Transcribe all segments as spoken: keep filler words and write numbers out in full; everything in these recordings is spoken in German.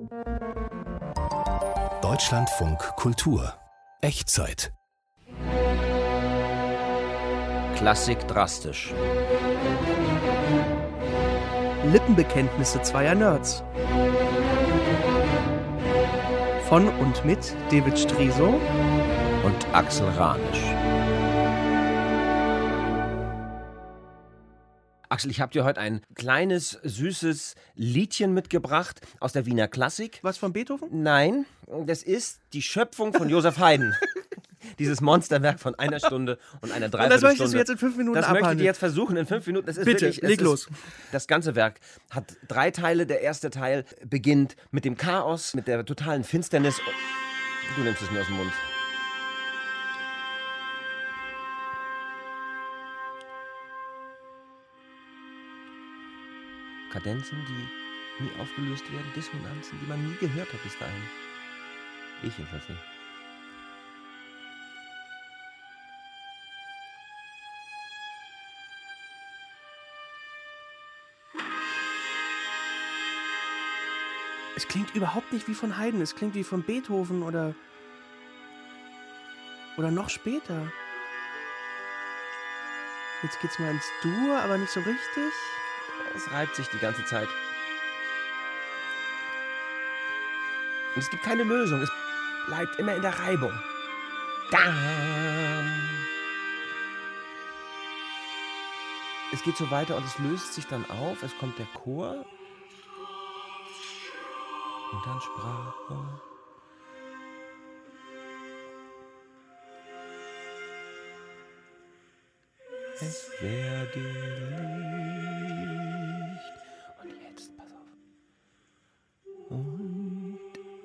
Deutschlandfunk Kultur. Echtzeit. Klassik drastisch. Lippenbekenntnisse zweier Nerds. Von und mit David Striso und Axel Ranisch. Axel, ich habe dir heute ein kleines, süßes Liedchen mitgebracht aus der Wiener Klassik. Was, von Beethoven? Nein, das ist die Schöpfung von Joseph Haydn. Dieses Monsterwerk von einer Stunde und einer Dreiviertelstunde. Und das möchtest du jetzt in fünf Minuten Das abhandeln? möchte ich dir jetzt versuchen in fünf Minuten. Das ist Bitte, wirklich, leg ist, los. Das ganze Werk hat drei Teile. Der erste Teil beginnt mit dem Chaos, mit der totalen Finsternis. Du nimmst es mir aus dem Mund. Kadenzen, die nie aufgelöst werden, Dissonanzen, die man nie gehört hat bis dahin. Ich jedenfalls nicht. Es klingt überhaupt nicht wie von Haydn, es klingt wie von Beethoven oder oder noch später. Jetzt geht's mal ins Dur, aber nicht so richtig. Es reibt sich die ganze Zeit. Und es gibt keine Lösung, es bleibt immer in der Reibung. Dam. Es geht so weiter und es löst sich dann auf, es kommt der Chor. Und dann sprach er. Es werde Licht. Und jetzt, pass auf. Und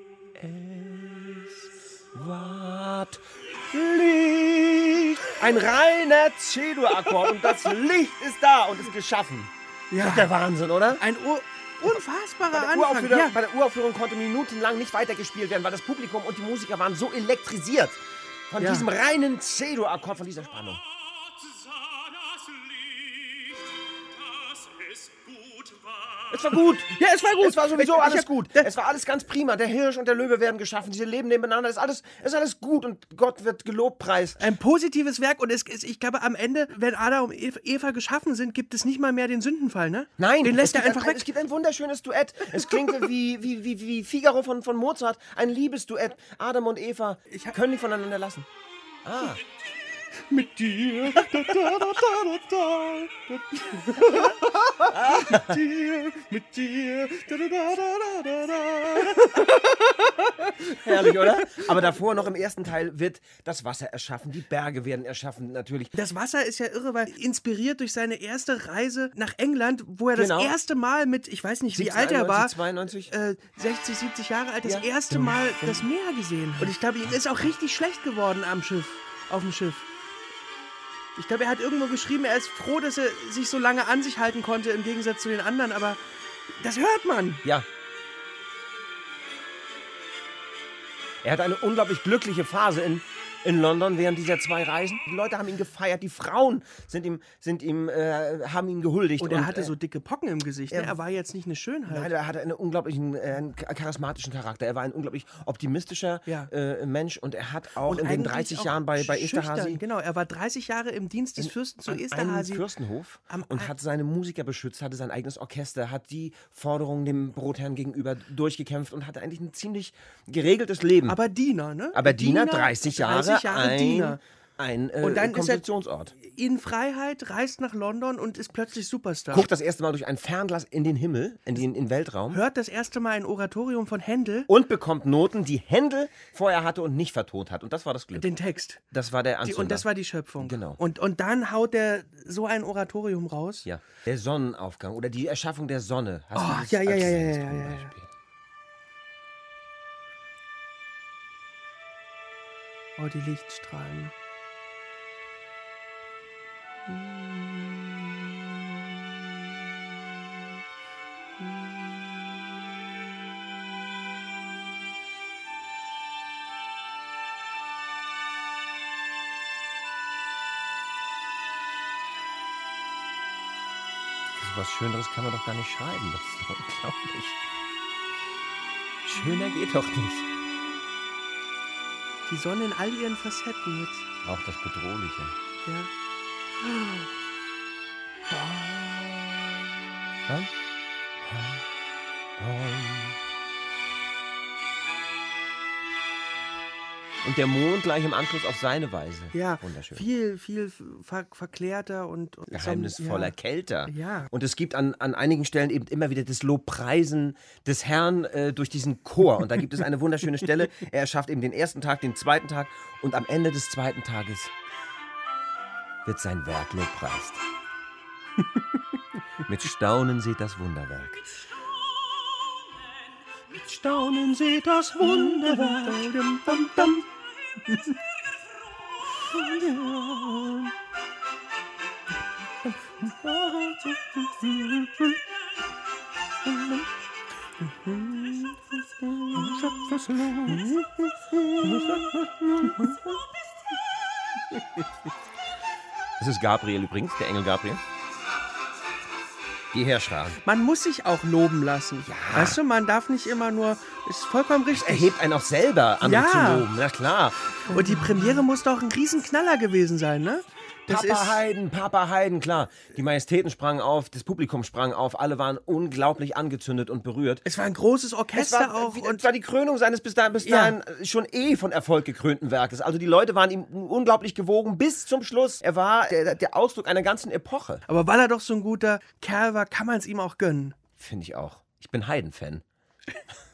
es ward Licht. Ein reiner C-Dur-Akkord und das Licht ist da und ist geschaffen. Ja. Das ist der Wahnsinn, oder? Ein Ur unfassbarer Bei der, Anfang. Uraufführung, Ja. bei der Uraufführung konnte minutenlang nicht weitergespielt werden, weil das Publikum und die Musiker waren so elektrisiert von Ja. diesem reinen C-Dur-Akkord, von dieser Spannung. Es war gut. Ja, es war gut. Es war sowieso Ich- ich alles hab- gut. das- Es war alles ganz prima. Der Hirsch und der Löwe werden geschaffen. Sie leben nebeneinander. Es ist alles, es ist alles gut und Gott wird gelobt, preist. Ein positives Werk und es, es, ich glaube am Ende, wenn Adam und Eva- Eva geschaffen sind, gibt es nicht mal mehr den Sündenfall, ne? Nein, Den lässt es er gibt einfach ein, weg. Es gibt ein wunderschönes Duett. Es klingt wie, wie, wie, wie Figaro von, von Mozart. Ein Liebesduett. Adam und Eva Ich hab- können nicht voneinander lassen. Ah. Mit dir. Da, da, da, da, da, da. Mit dir, mit dir. Da, da, da, da, da, da. Herrlich, oder? Aber davor noch im ersten Teil wird das Wasser erschaffen, die Berge werden erschaffen, natürlich. Das Wasser ist ja irre, weil inspiriert durch seine erste Reise nach England, wo er Genau. das erste Mal mit, ich weiß nicht, wie alt er war, zweiundneunzig. äh, sechzig, siebzig Jahre alt, das Ja. erste Mal das Meer gesehen hat. Und ich glaube, ihm ist auch richtig schlecht geworden am Schiff, auf dem Schiff. Ich glaube, er hat irgendwo geschrieben, er ist froh, dass er sich so lange an sich halten konnte, im Gegensatz zu den anderen, aber das hört man. Ja. Er hatte eine unglaublich glückliche Phase in, in London während dieser zwei Reisen. Die Leute haben ihn gefeiert, die Frauen sind ihm, sind ihm, äh, haben ihn gehuldigt. Und er hatte äh, so dicke Pocken im Gesicht, ne? er- Er war jetzt nicht eine Schönheit. Nein, er hatte einen unglaublichen, äh, einen charismatischen Charakter. Er war ein unglaublich optimistischer Ja. äh, Mensch und er hat auch Und in den eigentlich dreißig auch Jahren bei, bei schüchtern, Esterhazy genau, er war dreißig Jahre im Dienst des in- Fürsten zu an einem Esterhazy. Fürstenhof Am und Al- hat seine Musiker beschützt, hatte sein eigenes Orchester, hat die Forderungen dem Brotherrn gegenüber durchgekämpft und hatte eigentlich ein ziemlich geregeltes Leben. Aber Diener, ne? Aber Diener, dreißig Jahre, dreißig Jahre ein, Diener. ein äh, Und dann ist er Kompositionsort. in Freiheit, reist nach London und ist plötzlich Superstar. Guckt das erste Mal durch ein Fernglas in den Himmel, in den, in den Weltraum Hört das erste Mal ein Oratorium von Händel, und bekommt Noten, die Händel vorher hatte und nicht vertont hat. Und das war das Glück. den Text. Das war der Die, Anzünder. und das war die Schöpfung. Genau. Und, und dann haut er so ein Oratorium raus. ja. Der Sonnenaufgang oder die Erschaffung der Sonne. Hast Oh, du das ja, ja, als- ja, ja, als ja, ja, ja. Beispiel? Oh, die Lichtstrahlen. Was Schöneres kann man doch gar nicht schreiben. Das ist doch unglaublich. Schöner geht doch nicht. Die Sonne in all ihren Facetten jetzt. Auch das Bedrohliche. Ja. Was? Und der Mond gleich im Anschluss auf seine Weise. Ja, wunderschön. viel, viel ver verklärter und, und Geheimnisvoller, ja. kälter. Ja. Und es gibt an, an einigen Stellen eben immer wieder das Lobpreisen des Herrn äh, durch diesen Chor. Und da gibt es eine wunderschöne Stelle. Er erschafft eben den ersten Tag, den zweiten Tag und am Ende des zweiten Tages wird sein Werk lobpreist. Mit Staunen seht das Wunderwerk. Mit Staunen seht das Wunderwerk. Dum, dum, dum. Das ist Gabriel übrigens, der Engel Gabriel. Die Herrscher. Man muss sich auch loben lassen. Ja. Weißt du, man darf nicht immer nur. Ist vollkommen richtig. Er hebt einen auch selber, andere Ja. zu loben. Na klar. Und die Premiere muss doch ein Riesenknaller gewesen sein, ne? Das Papa ist, Haydn, Papa Haydn, klar. Die Majestäten sprangen auf, das Publikum sprang auf, alle waren unglaublich angezündet und berührt. es war ein großes Es Orchester war, auch. wie- Und es war die Krönung seines bis dahin, bis Ja. dahin schon eh von Erfolg gekrönten Werkes. Also die Leute waren ihm unglaublich gewogen bis zum Schluss. Er war der, der Ausdruck einer ganzen Epoche. aber weil er doch so ein guter Kerl war, kann man es ihm auch gönnen. Finde ich auch. Ich bin Haydn-Fan.